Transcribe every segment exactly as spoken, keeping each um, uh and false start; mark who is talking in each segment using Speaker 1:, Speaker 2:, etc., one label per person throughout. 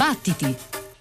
Speaker 1: Battiti!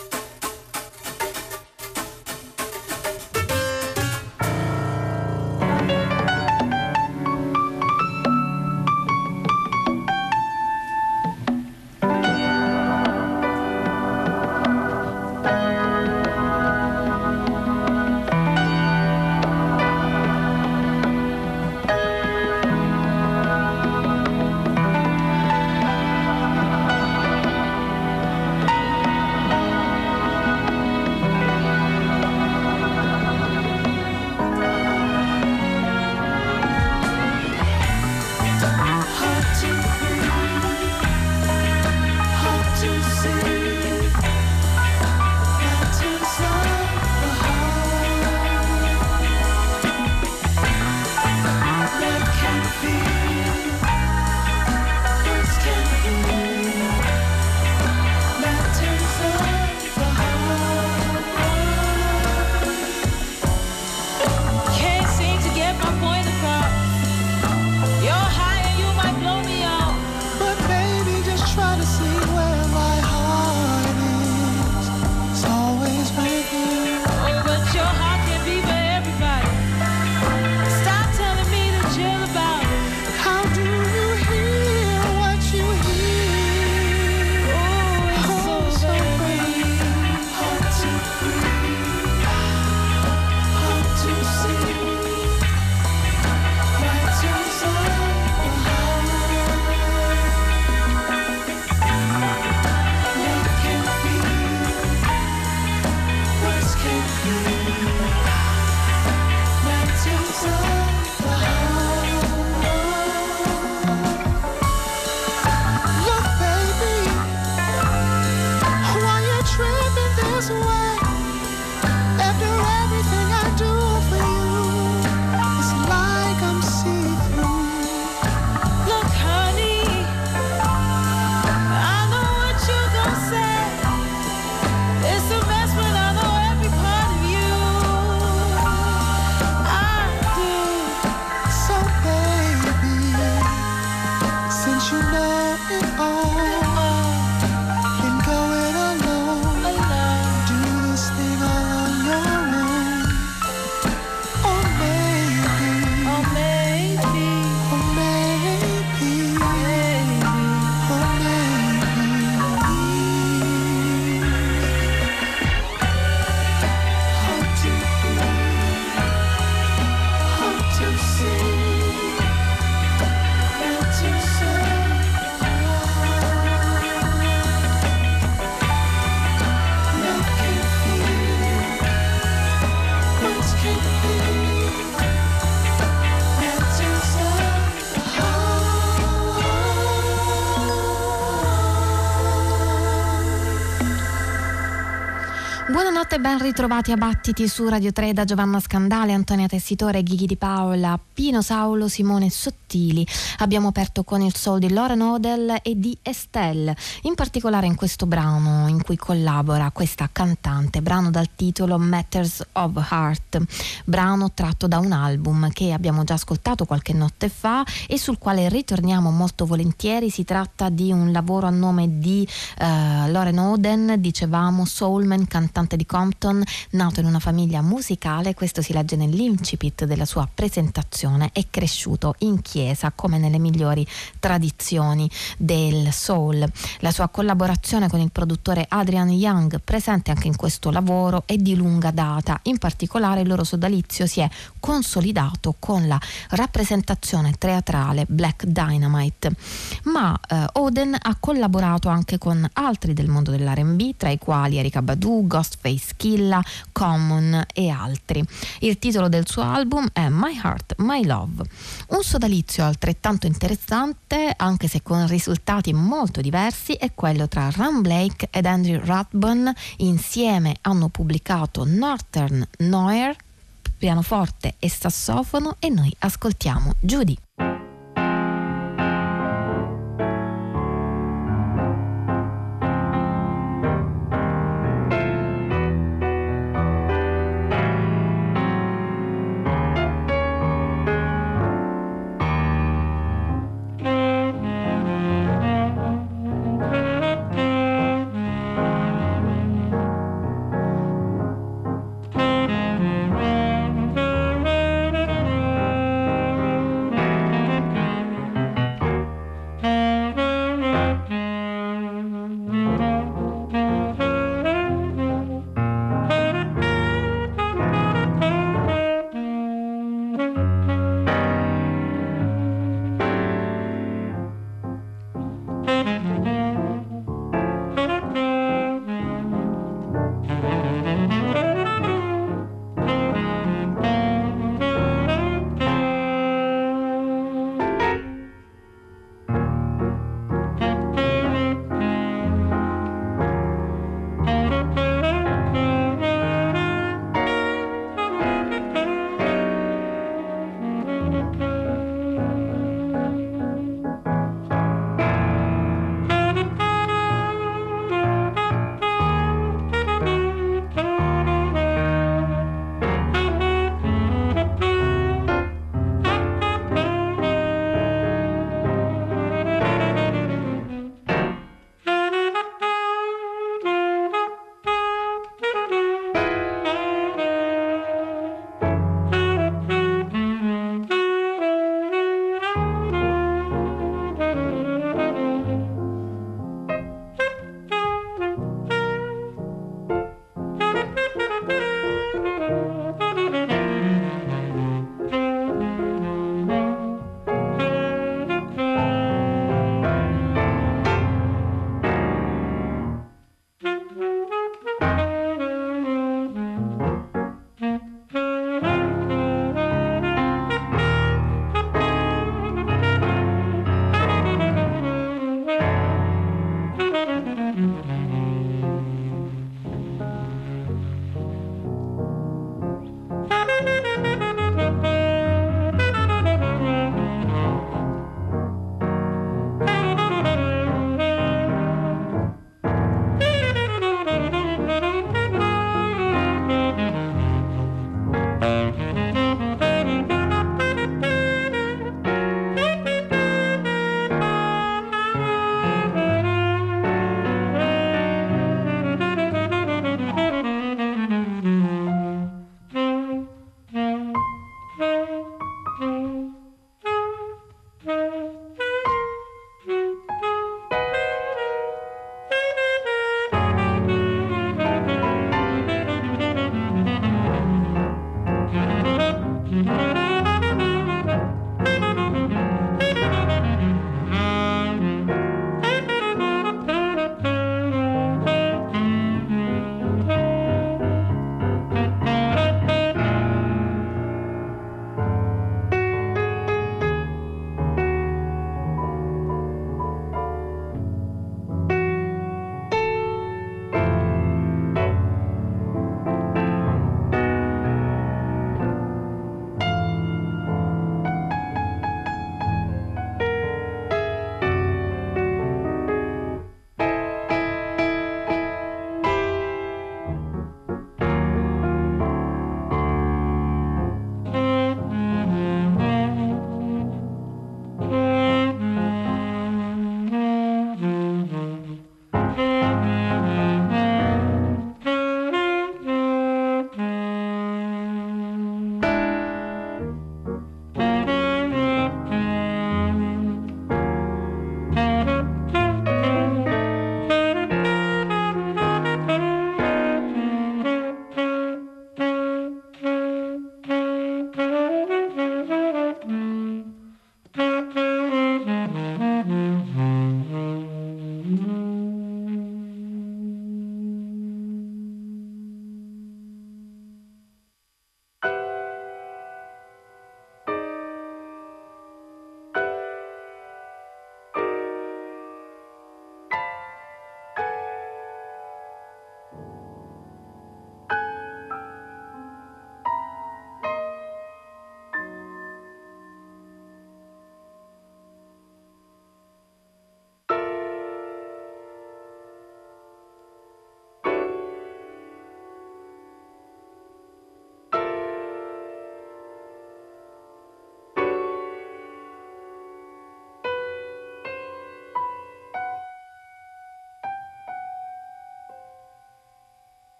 Speaker 2: Buonanotte, ben ritrovati a Battiti su Radio tre da Giovanna Scandale, Antonia Tessitore, Ghighi Di Paola, Pino Saulo, Simone Sottili. Abbiamo aperto con il soul di Lauren Odell e di Estelle, in particolare in questo brano in cui collabora questa cantante, brano dal titolo Matters of Heart, brano tratto da un album che abbiamo già ascoltato qualche notte fa e sul quale ritorniamo molto volentieri. Si tratta di un lavoro a nome di uh, Lauren Odell, dicevamo soulman, cantante di Compton, nato in una famiglia musicale, questo si legge nell'incipit della sua presentazione, è cresciuto in chiesa come nelle migliori tradizioni del soul. La sua collaborazione con il produttore Adrian Young, presente anche in questo lavoro, è di lunga data, in particolare il loro sodalizio si è consolidato con la rappresentazione teatrale Black Dynamite, ma eh, Oden ha collaborato anche con altri del mondo dell'R and B, tra i quali Erykah Badu, Ghostface Killah, Common e altri. Il titolo del suo album è My Heart, My Love. Un sodalizio altrettanto interessante, anche se con risultati molto diversi, è quello tra Ram Blake ed Andrew Rathbone. Insieme hanno pubblicato Northern Noir, pianoforte e sassofono, e noi ascoltiamo Judy.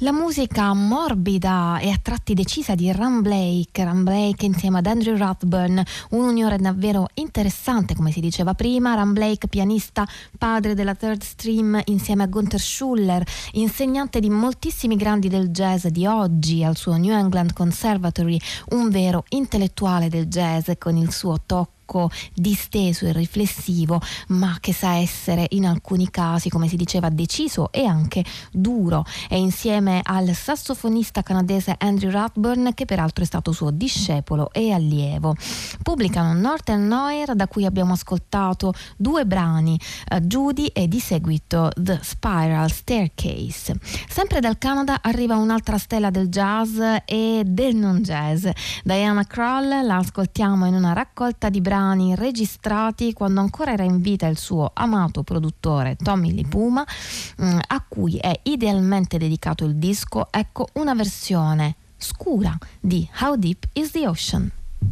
Speaker 2: La musica morbida e a tratti decisa di Ram Blake, Ram Blake insieme ad Andrew Rathburn, un'unione davvero interessante, come si diceva prima. Ram Blake, pianista, padre della Third Stream, insieme a Gunther Schuller, insegnante di moltissimi grandi del jazz di oggi al suo New England Conservatory, un vero intellettuale del jazz con il suo tocco disteso e riflessivo, ma che sa essere in alcuni casi, come si diceva, deciso e anche duro. E insieme al sassofonista canadese Andrew Rathburn, che peraltro è stato suo discepolo e allievo, pubblicano Northern Noir, da cui abbiamo ascoltato due brani, uh, Judy e di seguito The Spiral Staircase. Sempre dal Canada arriva un'altra stella del jazz e del non jazz, Diana Krall. La ascoltiamo in una raccolta di brani registrati quando ancora era in vita il suo amato produttore Tommy Lipuma, mh, a cui è idealmente dedicato il disco. Ecco una versione scura di How Deep is the Ocean.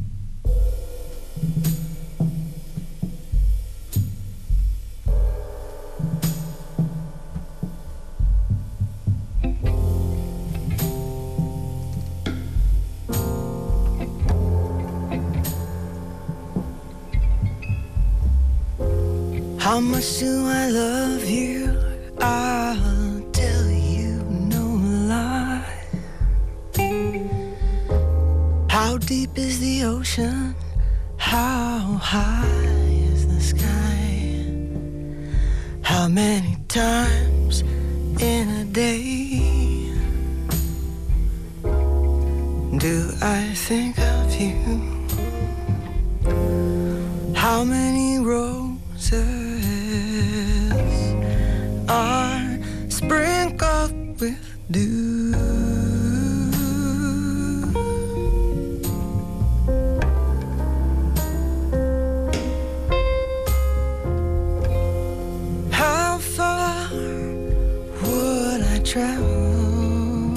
Speaker 1: How much do I love you? I'll tell you no lie. How deep is the ocean? How high is the sky? How many times in a day do I think of you? How many roses are sprinkled with dew? How far would I travel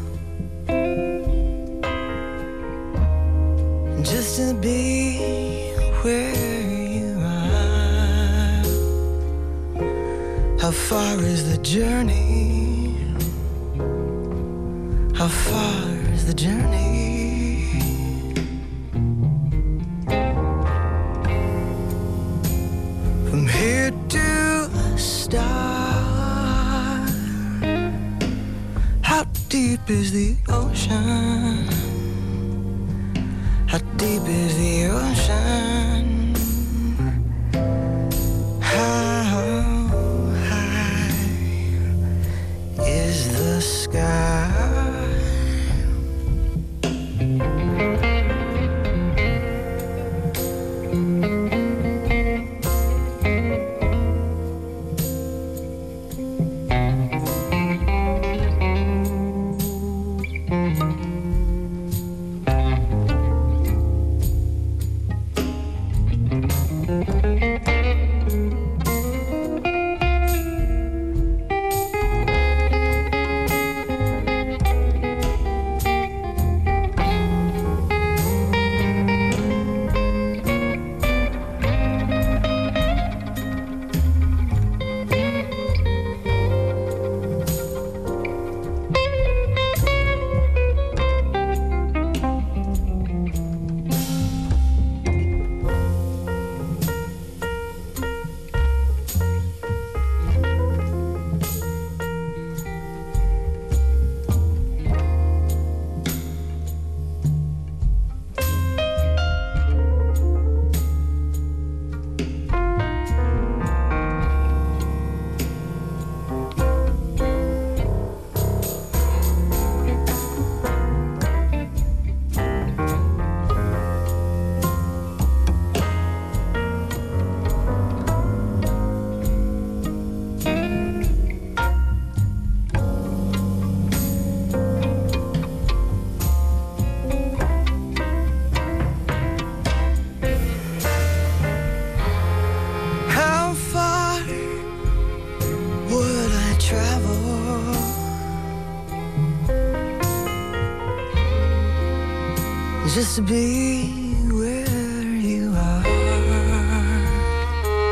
Speaker 1: just to be where you are? How far is the journey? How far is the journey? From here to a star. How deep is the ocean? How deep is the ocean? How high is the sky? Just to be where you are.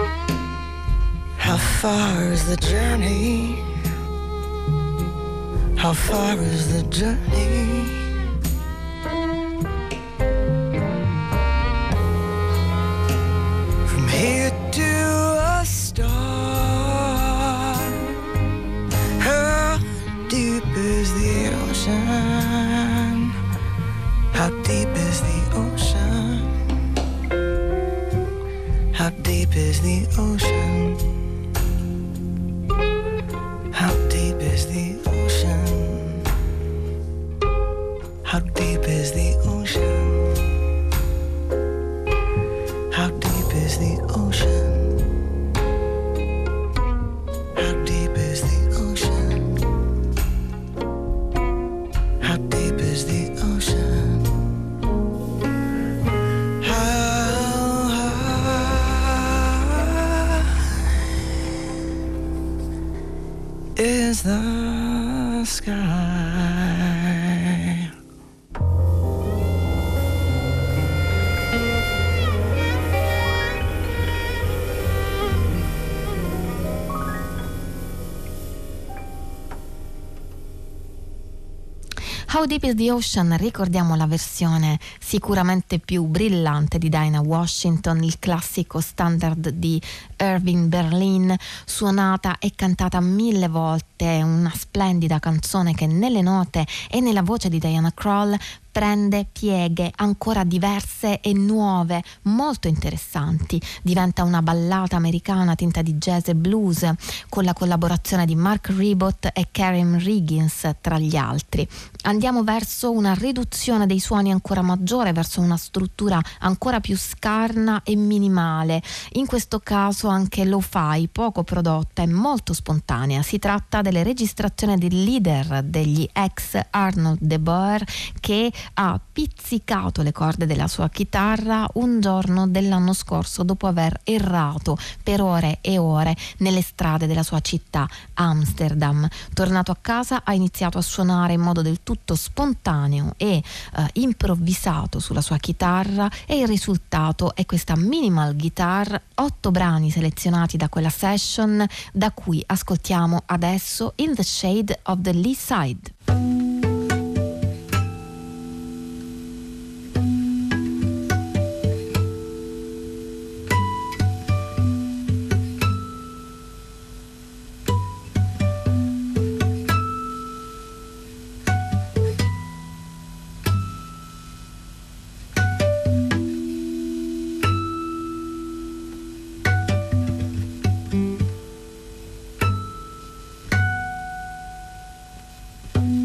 Speaker 1: How far is the journey? How far is the journey? From here to a star. How deep is the ocean? How deep is the ocean? How deep is the ocean? How deep is the ocean? How deep is the ocean? How deep is the ocean? How deep is the ocean? How deep is the ocean? How high is the sky?
Speaker 2: How Deep is the Ocean, ricordiamo la versione sicuramente più brillante di Dinah Washington, il classico standard di Irving Berlin, suonata e cantata mille volte, una splendida canzone che nelle note e nella voce di Diana Krall prende pieghe ancora diverse e nuove, molto interessanti. Diventa una ballata americana tinta di jazz e blues, con la collaborazione di Mark Ribot e Karen Riggins tra gli altri. Andiamo verso una riduzione dei suoni ancora maggiore, verso una struttura ancora più scarna e minimale. In questo caso anche lo-fi, poco prodotta e molto spontanea. Si tratta delle registrazioni del leader degli ex Arnold de Boer, che ha pizzicato le corde della sua chitarra un giorno dell'anno scorso dopo aver errato per ore e ore nelle strade della sua città, Amsterdam. Tornato a casa ha iniziato a suonare in modo del tutto spontaneo e eh, improvvisato sulla sua chitarra, e il risultato è questa minimal guitar, otto brani selezionati da quella session, da cui ascoltiamo adesso In the Shade of the Lee Side.
Speaker 1: Thank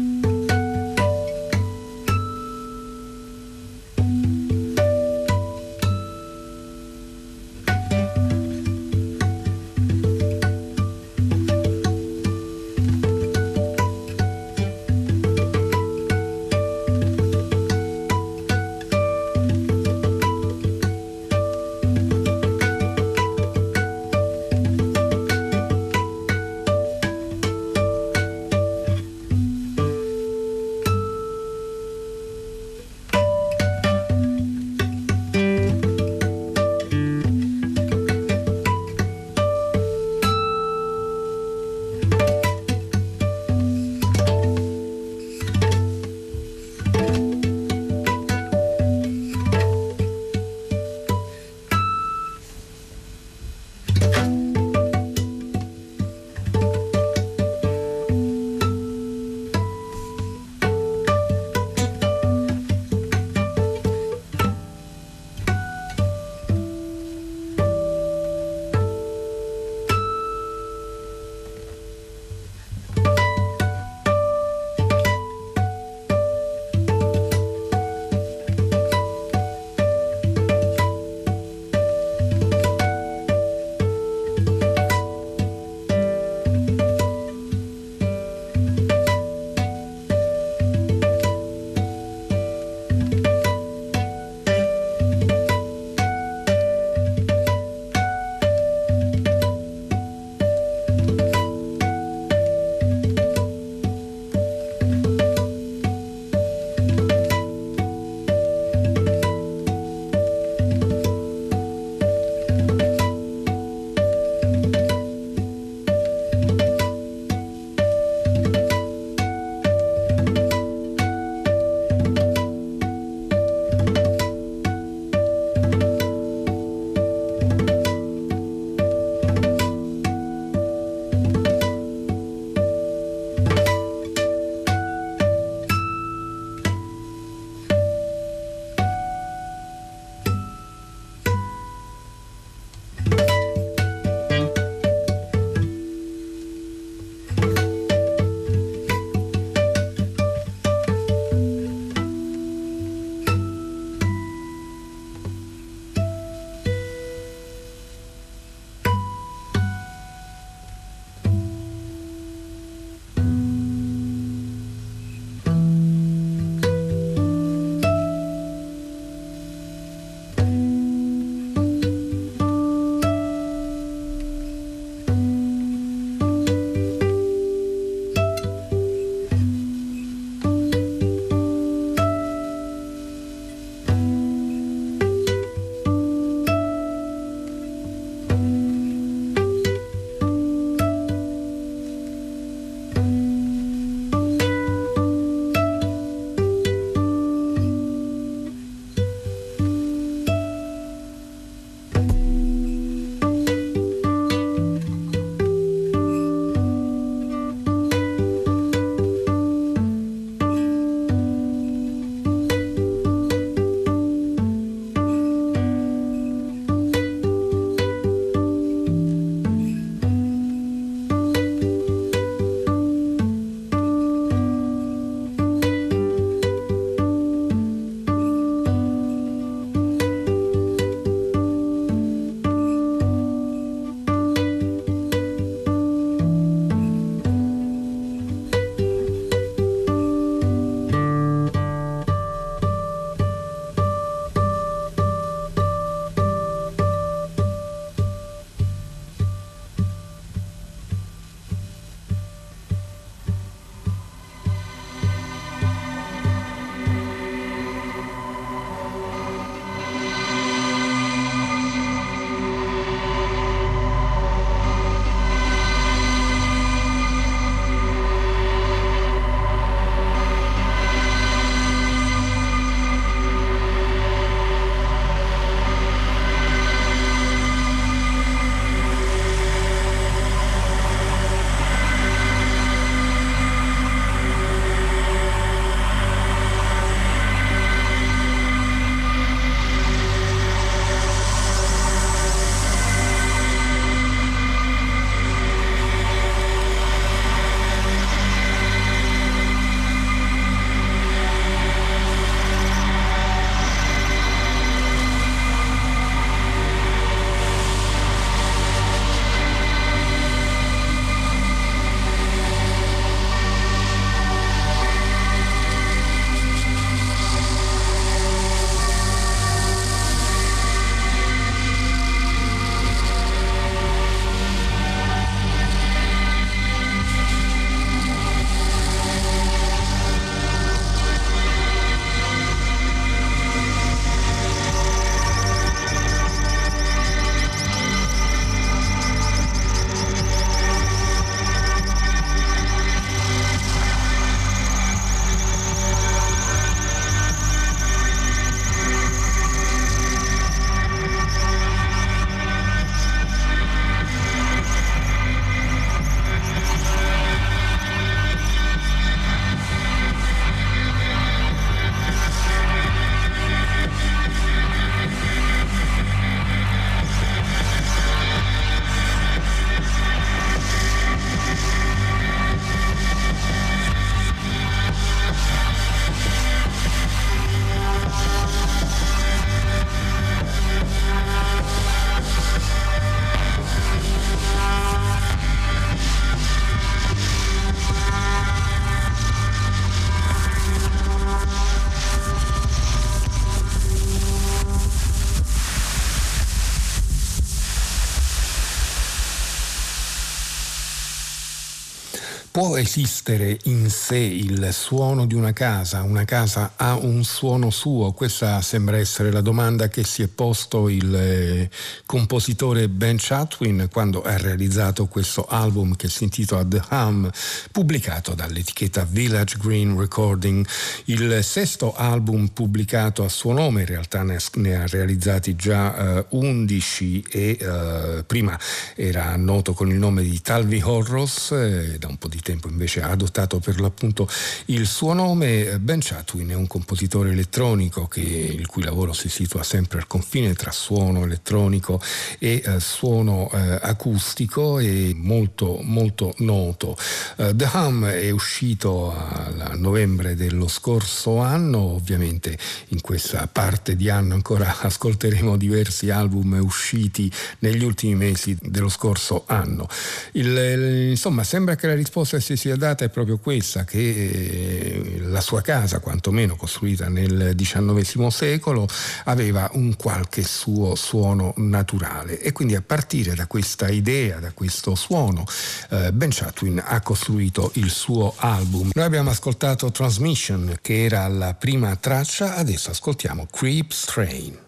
Speaker 3: Può esistere in sé il suono di una casa? Una casa ha un suono suo? Questa sembra essere la domanda che si è posto il eh, compositore Ben Chatwin quando ha realizzato questo album che si intitola The Hum, pubblicato dall'etichetta Village Green Recording, il sesto album pubblicato a suo nome. In realtà ne, ne ha realizzati già uh, undici e uh, prima era noto con il nome di Talvi Horros, eh, da un po' di tempo invece ha adottato per l'appunto il suo nome. Ben Chatwin è un compositore elettronico che, il cui lavoro si situa sempre al confine tra suono elettronico e eh, suono eh, acustico, e molto molto noto. Uh, The Hum è uscito a, a novembre dello scorso anno. Ovviamente in questa parte di anno ancora ascolteremo diversi album usciti negli ultimi mesi dello scorso anno. Il, il, insomma, sembra che la risposta si sia data è proprio questa, che eh, la sua casa, quantomeno costruita nel diciannovesimo secolo, aveva un qualche suo suono naturale, e quindi a partire da questa idea, da questo suono, eh, Ben Chatwin ha costruito il suo album. Noi abbiamo ascoltato Transmission, che era la prima traccia, adesso ascoltiamo Creeps Train.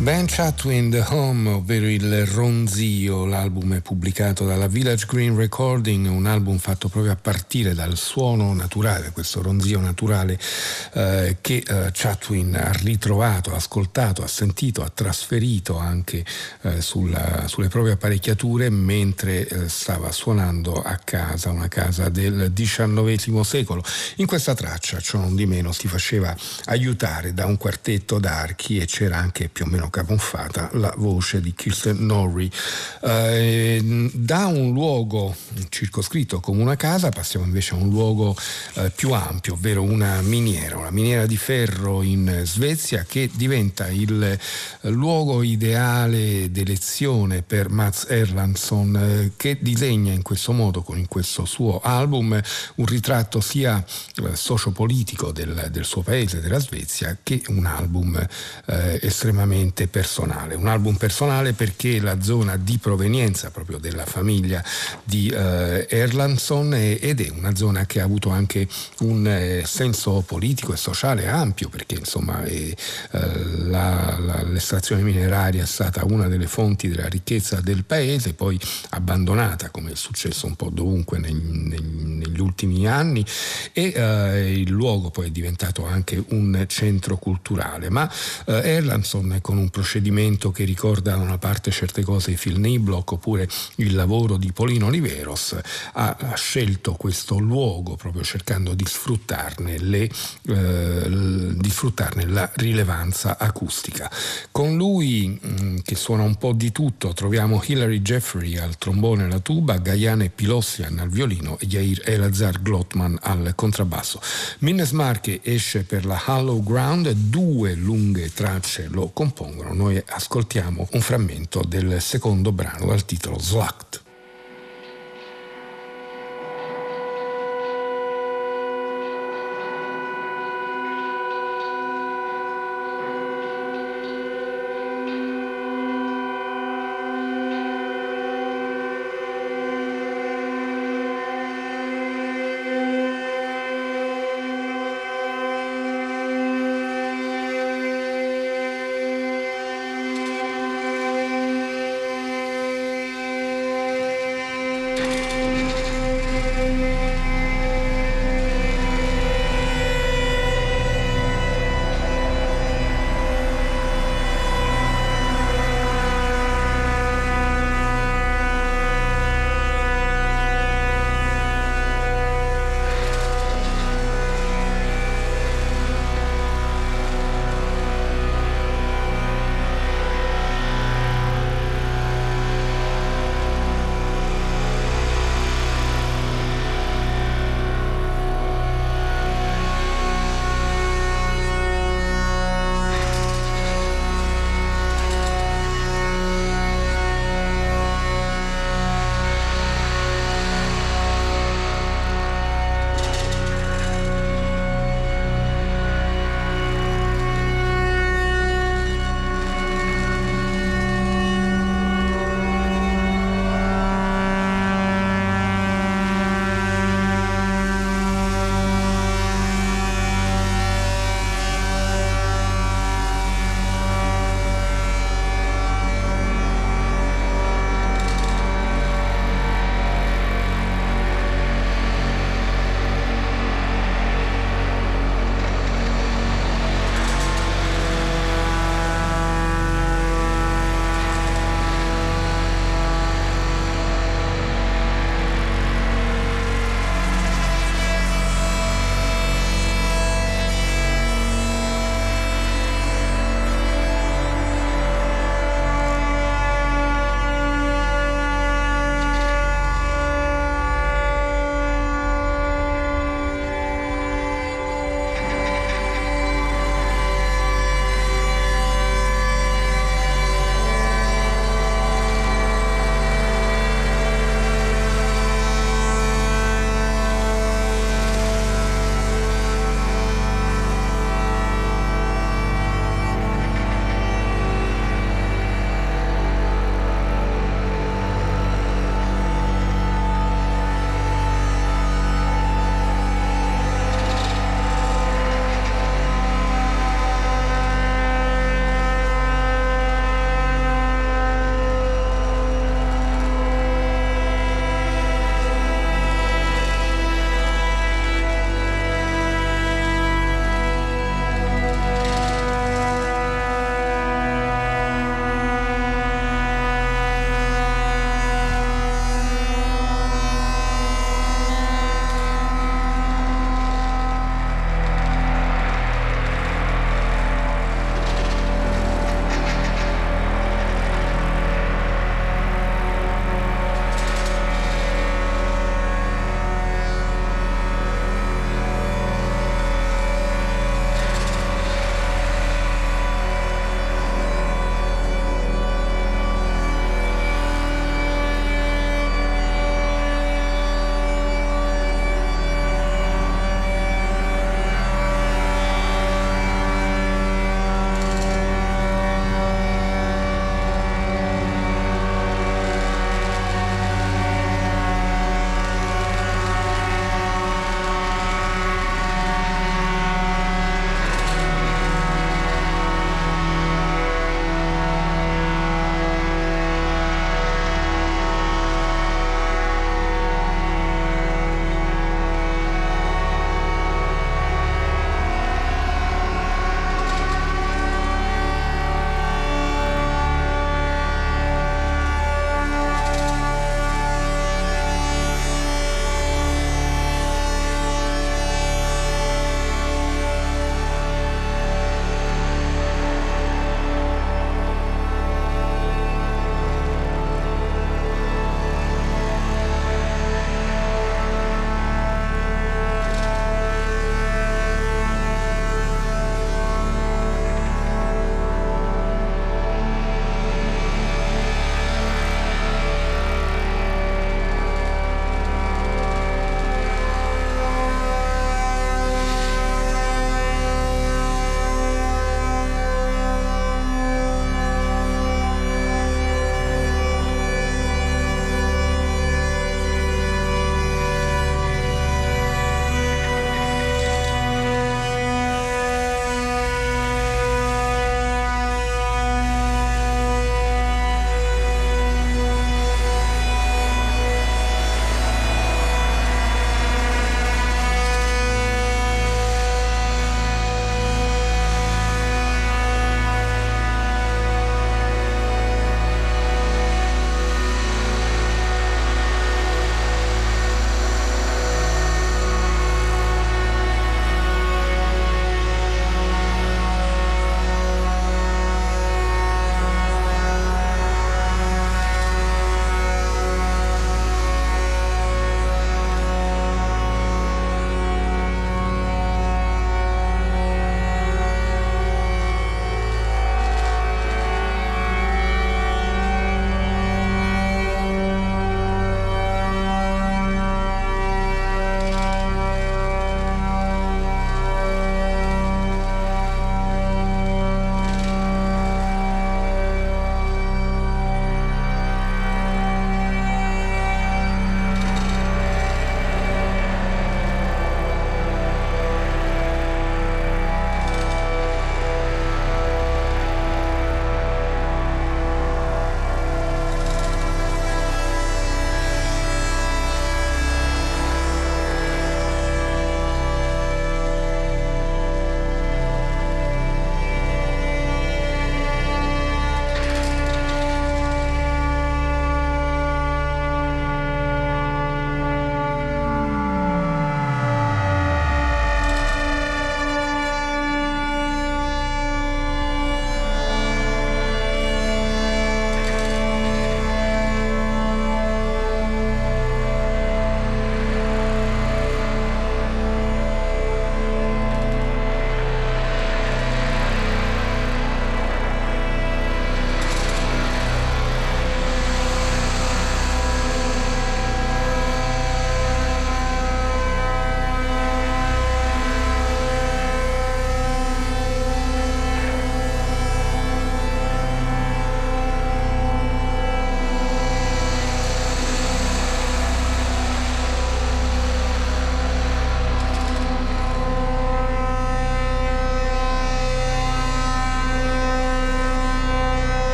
Speaker 3: Ben Chatwin, The Home, ovvero il Ronzio. L'album è pubblicato dalla Village Green Recording, un album fatto proprio a partire dal suono naturale, questo ronzio naturale eh, che eh, Chatwin ha ritrovato, ha ascoltato, ha sentito, ha trasferito anche eh, sulla, sulle proprie apparecchiature mentre eh, stava suonando a casa, una casa del diciannovesimo secolo. In questa traccia, ciò non di meno, si faceva aiutare da un quartetto d'archi e c'era anche più o meno camuffata la voce di Kirsten Norrie. Eh, da un luogo circoscritto come una casa passiamo invece a un luogo eh, più ampio, ovvero una miniera, una miniera di ferro in Svezia che diventa il eh, luogo ideale d'elezione per Mats Erlandsson, eh, che disegna in questo modo, con in questo suo album, un ritratto sia eh, sociopolitico del, del suo paese, della Svezia, che un album eh, estremamente personale. Un album personale perché la zona di provenienza proprio della famiglia di eh, Erlandsson è, ed è una zona che ha avuto anche un eh, senso politico e sociale ampio, perché insomma è, eh, la, la, l'estrazione mineraria è stata una delle fonti della ricchezza del paese, poi abbandonata come è successo un po' dovunque negli, negli, negli ultimi anni, e eh, il luogo poi è diventato anche un centro culturale. Ma eh, Erlandsson, con un procedimento che ricorda da una parte certe cose di Phil Niblock oppure il lavoro di Paulino Oliveros, ha, ha scelto questo luogo proprio cercando di sfruttarne, le, eh, di sfruttarne la rilevanza acustica. Con lui, mh, che suona un po' di tutto, troviamo Hilary Jeffrey al trombone e alla tuba, Gayane Pilossian al violino e Yair Elazar Glotman al contrabbasso. Minnes Marche esce per la Hollow Ground, due lunghe tracce lo compongono. Noi ascoltiamo un frammento del secondo brano dal titolo Slugged.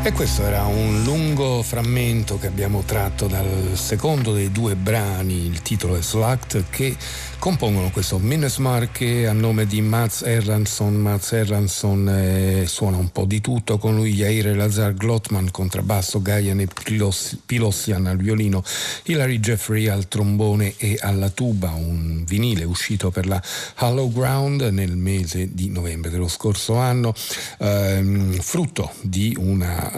Speaker 3: E questo era un lungo frammento che abbiamo tratto dal secondo dei due brani, il titolo è Slugged, che compongono questo Minnesmark che a nome di Mats Erlandsson. Mats Erlandsson eh, suona un po' di tutto, con lui Yair Elazar Glotman contrabbasso, Gaian e Pilos- Pilossian al violino, Hilary Jeffrey al trombone e alla tuba, un vinile uscito per la Hollow Ground nel mese di novembre dello scorso anno, ehm, frutto di una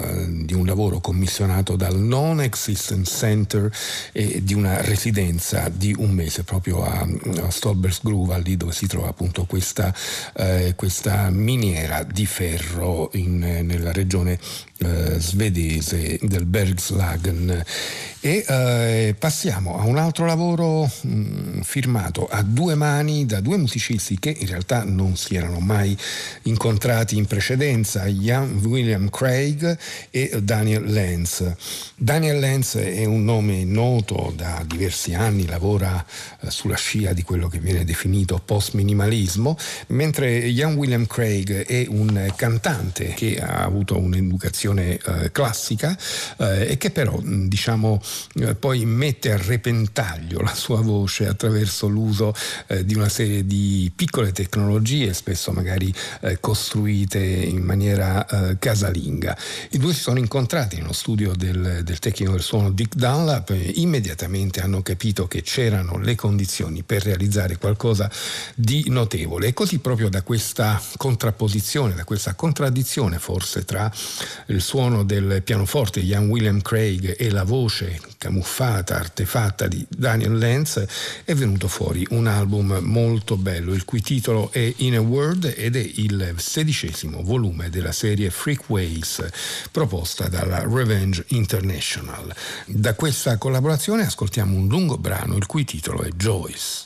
Speaker 3: di un lavoro commissionato dal Non Existence Center e di una residenza di un mese proprio a, a Stolbergs Gruva, lì dove si trova appunto questa, eh, questa miniera di ferro in, nella regione eh, svedese del Bergslagen. E eh, passiamo a un altro lavoro mh, firmato a due mani da due musicisti che in realtà non si erano mai incontrati in precedenza, Jan William Craig e Daniel Lenz. Daniel Lenz è un nome noto da diversi anni, lavora eh, sulla scia di quello che viene definito post-minimalismo, mentre Jan William Craig è un cantante che ha avuto un'educazione eh, classica eh, e che però diciamo eh, poi mette a repentaglio la sua voce attraverso l'uso eh, di una serie di piccole tecnologie, spesso magari eh, costruite in maniera eh, casalinga. I due si sono incontrati nello studio del, del tecnico del suono Dick Dunlap e immediatamente hanno capito che c'erano le condizioni per realizzare qualcosa di notevole, e così proprio da questa contrapposizione, da questa contraddizione forse tra il suono del pianoforte di Jan William Craig e la voce camuffata, artefatta di Daniel Lenz, è venuto fuori un album molto bello, il cui titolo è In a Word ed è il sedicesimo volume della serie Freakways proposta dalla Revenge International. Da questa collaborazione ascoltiamo un lungo brano il cui titolo è Joyce.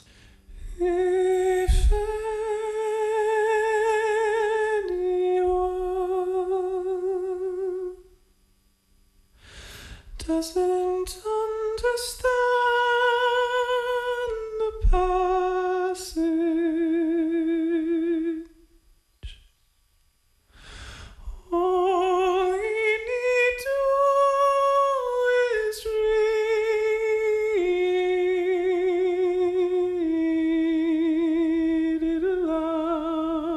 Speaker 4: If doesn't understand the passage, all we need to do is read it aloud.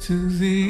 Speaker 4: to the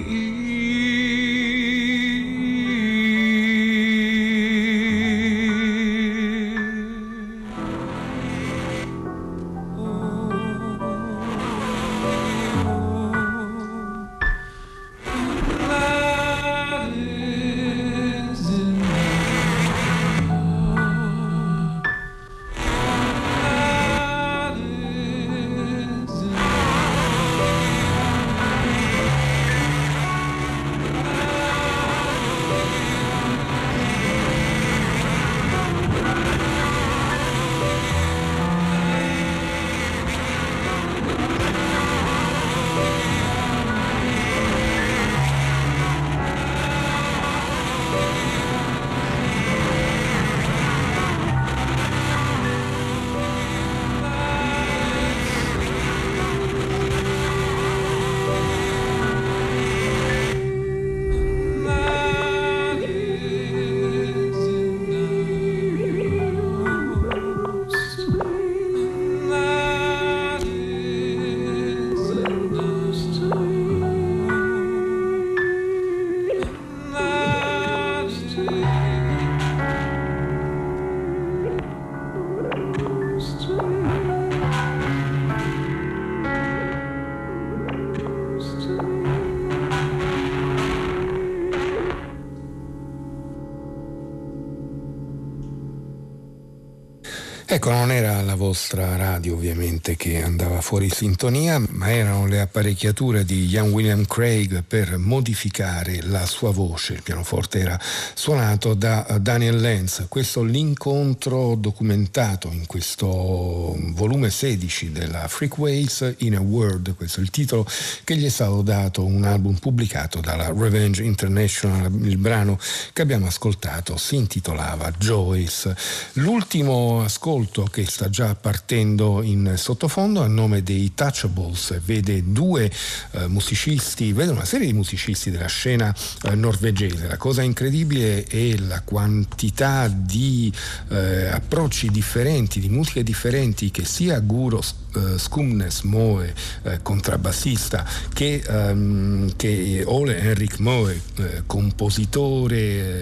Speaker 3: Ecco, non era la vostra radio ovviamente che andava fuori sintonia, ma erano le apparecchiature di Ian William Craig per modificare la sua voce. Il pianoforte era suonato da Daniel Lenz. Questo l'incontro documentato in questo volume sedici della Freakways in a Word, questo è il titolo che gli è stato dato, un album pubblicato dalla Revenge International. Il brano che abbiamo ascoltato si intitolava Joyce. L'ultimo ascolto che sta già partendo in sottofondo a nome dei Touchables vede due eh, musicisti, vede una serie di musicisti della scena eh, norvegese. La cosa incredibile è la quantità di eh, approcci differenti, di musiche differenti che sia Guro eh, Skumnes Moe, eh, contrabbassista, che, ehm, che Ole Henrik Moe, eh, compositore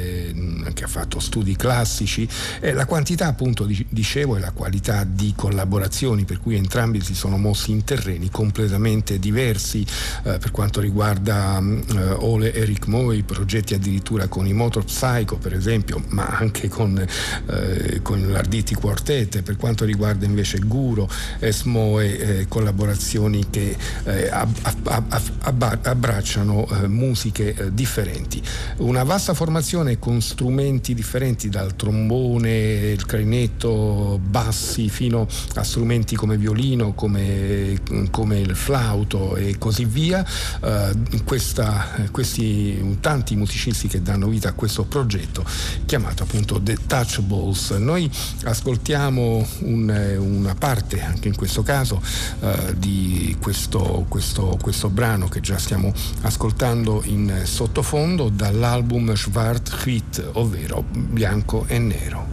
Speaker 3: eh, che ha fatto studi classici, e la quantità appunto di, dicevo e la qualità di collaborazioni, per cui entrambi si sono mossi in terreni completamente diversi. Eh, per quanto riguarda eh, Ole Erik Moe, progetti addirittura con i Motor Psycho per esempio, ma anche con, eh, con l'Arditi Quartet. Per quanto riguarda invece Guro e Smoe, eh, collaborazioni che eh, ab- ab- ab- abbracciano eh, musiche eh, differenti. Una vasta formazione con strumenti differenti, dal trombone, il clarinetto, bassi, fino a strumenti come violino, come, come il flauto e così via. Uh, questa, questi tanti musicisti che danno vita a questo progetto chiamato appunto The Touchables. Noi ascoltiamo un, una parte, anche in questo caso, uh, di questo, questo, questo brano che già stiamo ascoltando in sottofondo dall'album Schwarz-Wit, ovvero bianco e nero.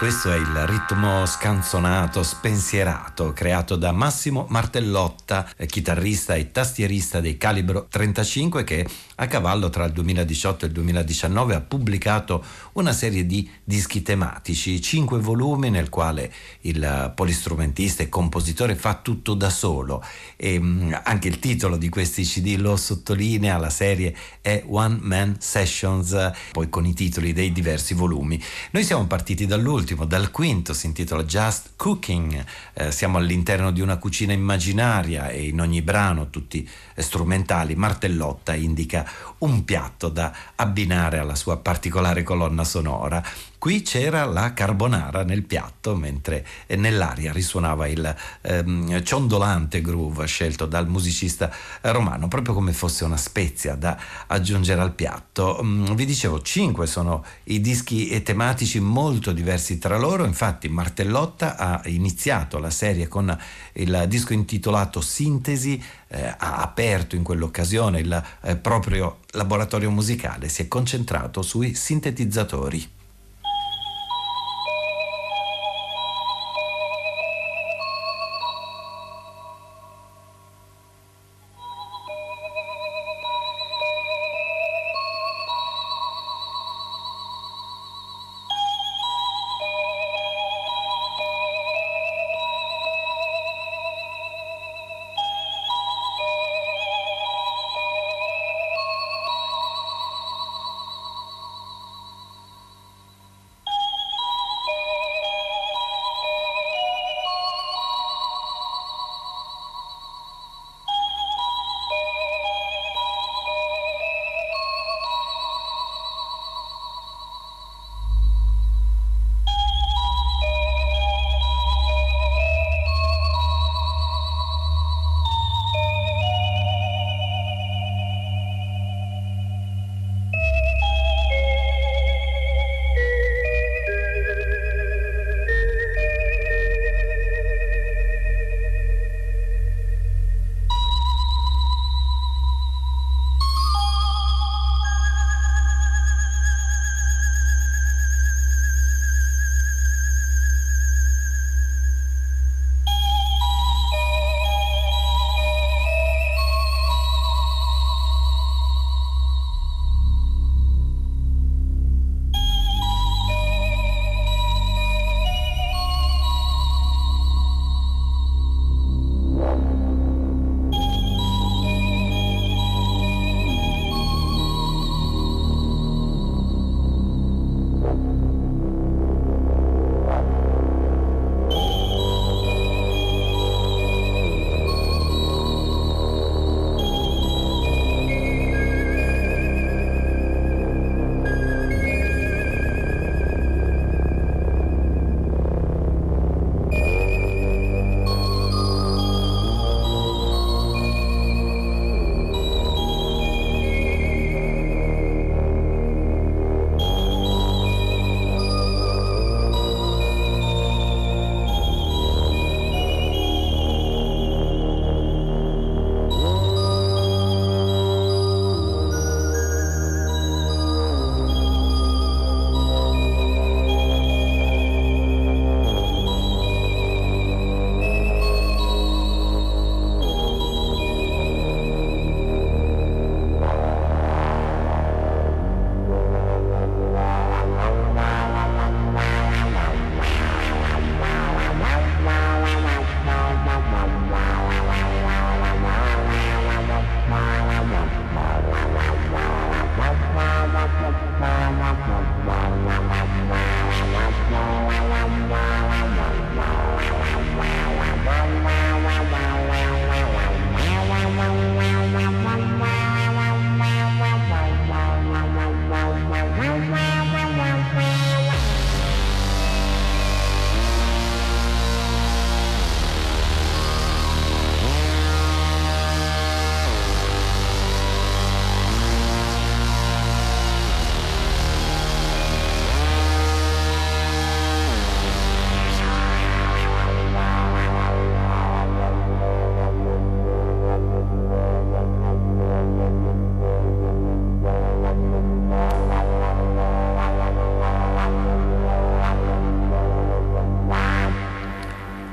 Speaker 5: Questo è il ritmo scanzonato, spensierato, creato da Massimo Martellotta, chitarrista e tastierista dei Calibro trentacinque, che a cavallo tra il duemiladiciotto e il duemiladiciannove ha pubblicato una serie di dischi tematici, cinque volumi nel quale il polistrumentista e compositore fa tutto da solo, e mh, anche il titolo di questi C D lo sottolinea. La serie è One Man Sessions, poi con i titoli dei diversi volumi. Noi siamo partiti dall'ultimo, dal quinto, si intitola Just Cooking. Eh, siamo all'interno di una cucina immaginaria e in ogni brano, tutti strumentali, Martellotta indica un piatto da abbinare alla sua particolare colonna sonora. Qui c'era la carbonara nel piatto, mentre nell'aria risuonava il ehm, ciondolante groove scelto dal musicista romano, proprio come fosse una spezia da aggiungere al piatto. Mm, vi dicevo, cinque sono i dischi tematici, molto diversi tra loro. Infatti Martellotta ha iniziato la serie con il disco intitolato Sintesi, eh, ha aperto in quell'occasione il eh, proprio laboratorio musicale, si è concentrato sui sintetizzatori.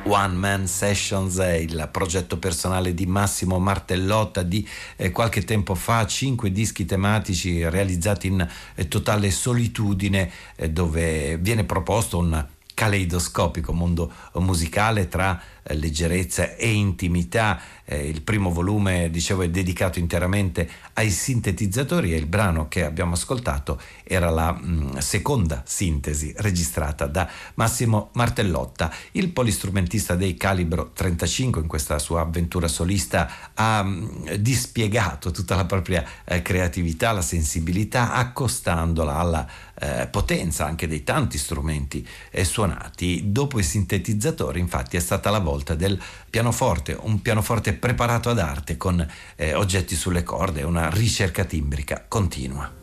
Speaker 5: One Man Sessions è il progetto personale di Massimo Martellotta di eh, qualche tempo fa, cinque dischi tematici realizzati in eh, totale solitudine, eh, dove viene proposto un caleidoscopico mondo musicale tra eh, leggerezza e intimità. Eh, il primo volume, dicevo, è dedicato interamente ai sintetizzatori e il brano che abbiamo ascoltato era la mh, seconda sintesi registrata da Massimo Martellotta. Il polistrumentista dei Calibro trentacinque in questa sua avventura solista ha mh, dispiegato tutta la propria eh, creatività, la sensibilità, accostandola alla eh, potenza anche dei tanti strumenti eh, suonati. Dopo i sintetizzatori, infatti, è stata la volta del pianoforte, un pianoforte preparato ad arte con eh, oggetti sulle corde, una ricerca timbrica continua.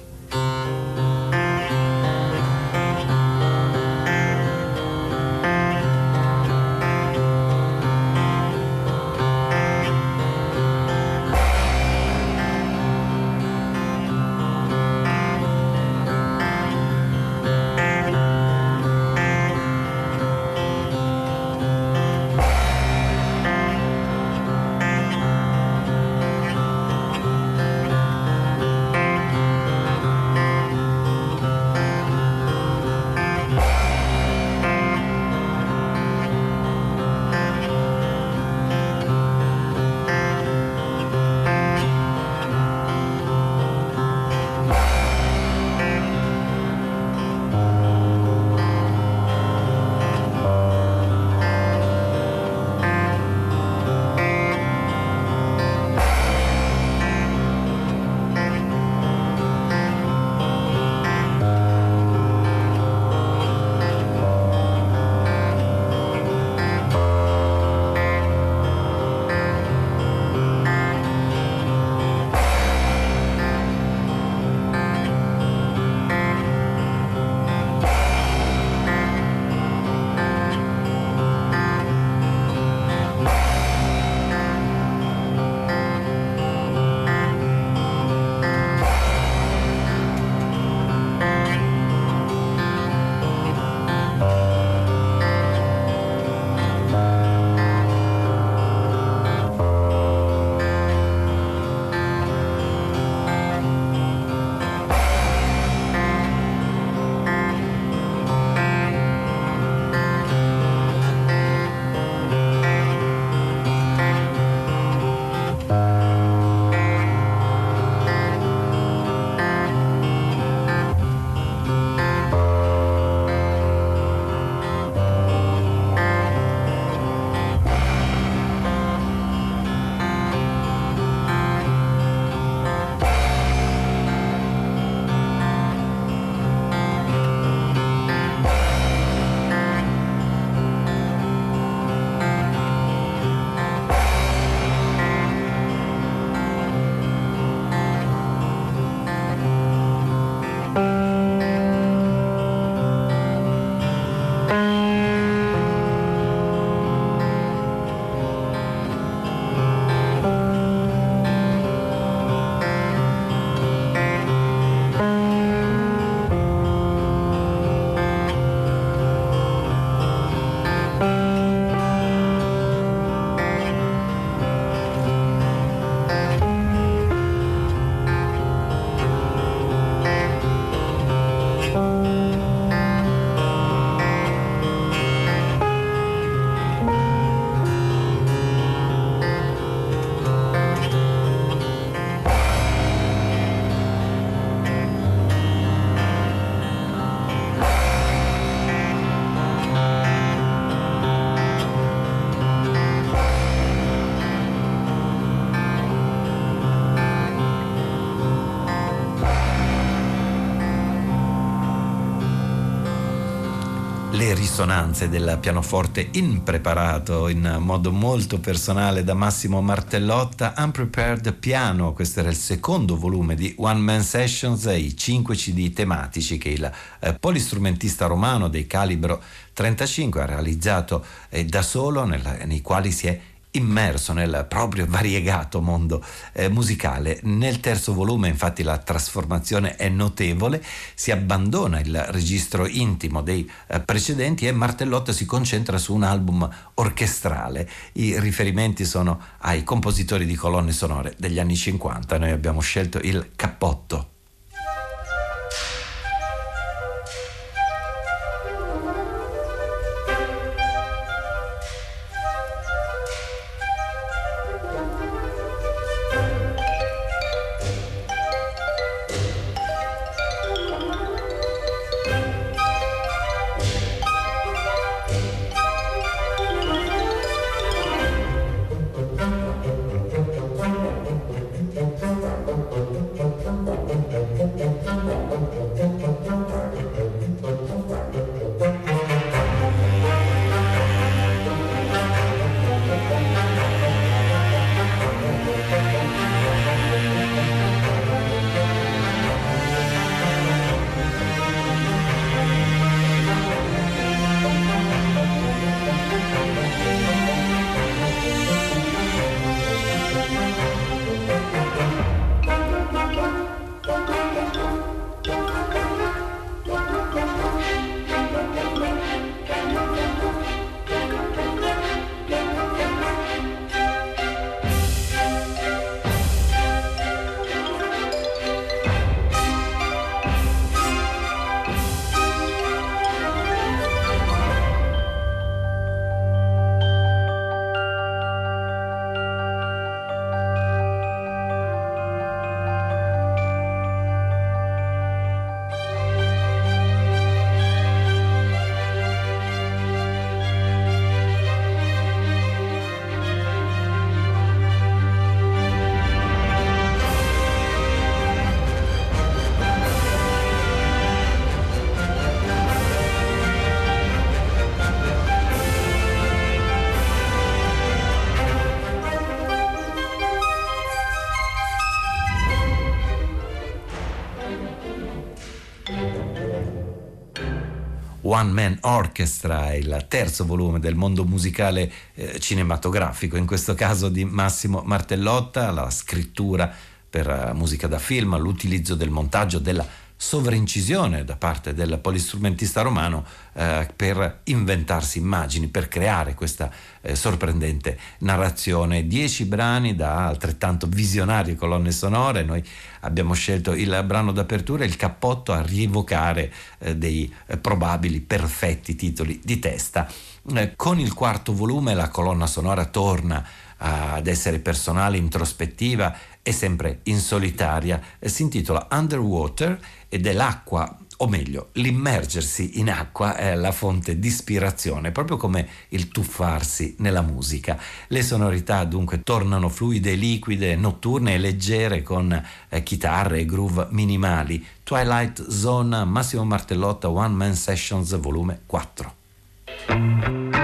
Speaker 5: Le risonanze del pianoforte impreparato in modo molto personale da Massimo Martellotta, Unprepared Piano. Questo era il secondo volume di One Man Sessions, i cinque C D tematici che il eh, polistrumentista romano dei Calibro trentacinque ha realizzato eh, da solo, nella, nei quali si è immerso nel proprio variegato mondo eh, musicale. Nel terzo volume infatti la trasformazione è notevole, si abbandona il registro intimo dei eh, precedenti e Martellotta si concentra su un album orchestrale. I riferimenti sono ai compositori di colonne sonore degli anni cinquanta. Noi abbiamo scelto il Cappotto. One Man Orchestra, il terzo volume del mondo musicale eh, cinematografico, in questo caso di Massimo Martellotta, la scrittura per uh, musica da film, l'utilizzo del montaggio, della sovraincisione da parte del polistrumentista romano eh, per inventarsi immagini, per creare questa eh, sorprendente narrazione. Dieci brani da altrettanto visionarie colonne sonore. Noi abbiamo scelto il brano d'apertura, il Cappotto, a rievocare eh, dei eh, probabili perfetti titoli di testa. Eh, con il quarto volume la colonna sonora torna ad essere personale, introspettiva e sempre in solitaria. Eh, si intitola Underwater ed è l'acqua, o meglio l'immergersi in acqua è la fonte di ispirazione, proprio come il tuffarsi nella musica. Le sonorità dunque tornano fluide, liquide, notturne e leggere, con eh, chitarre e groove minimali. Twilight Zone, Massimo Martellotta, One Man Sessions, volume quattro.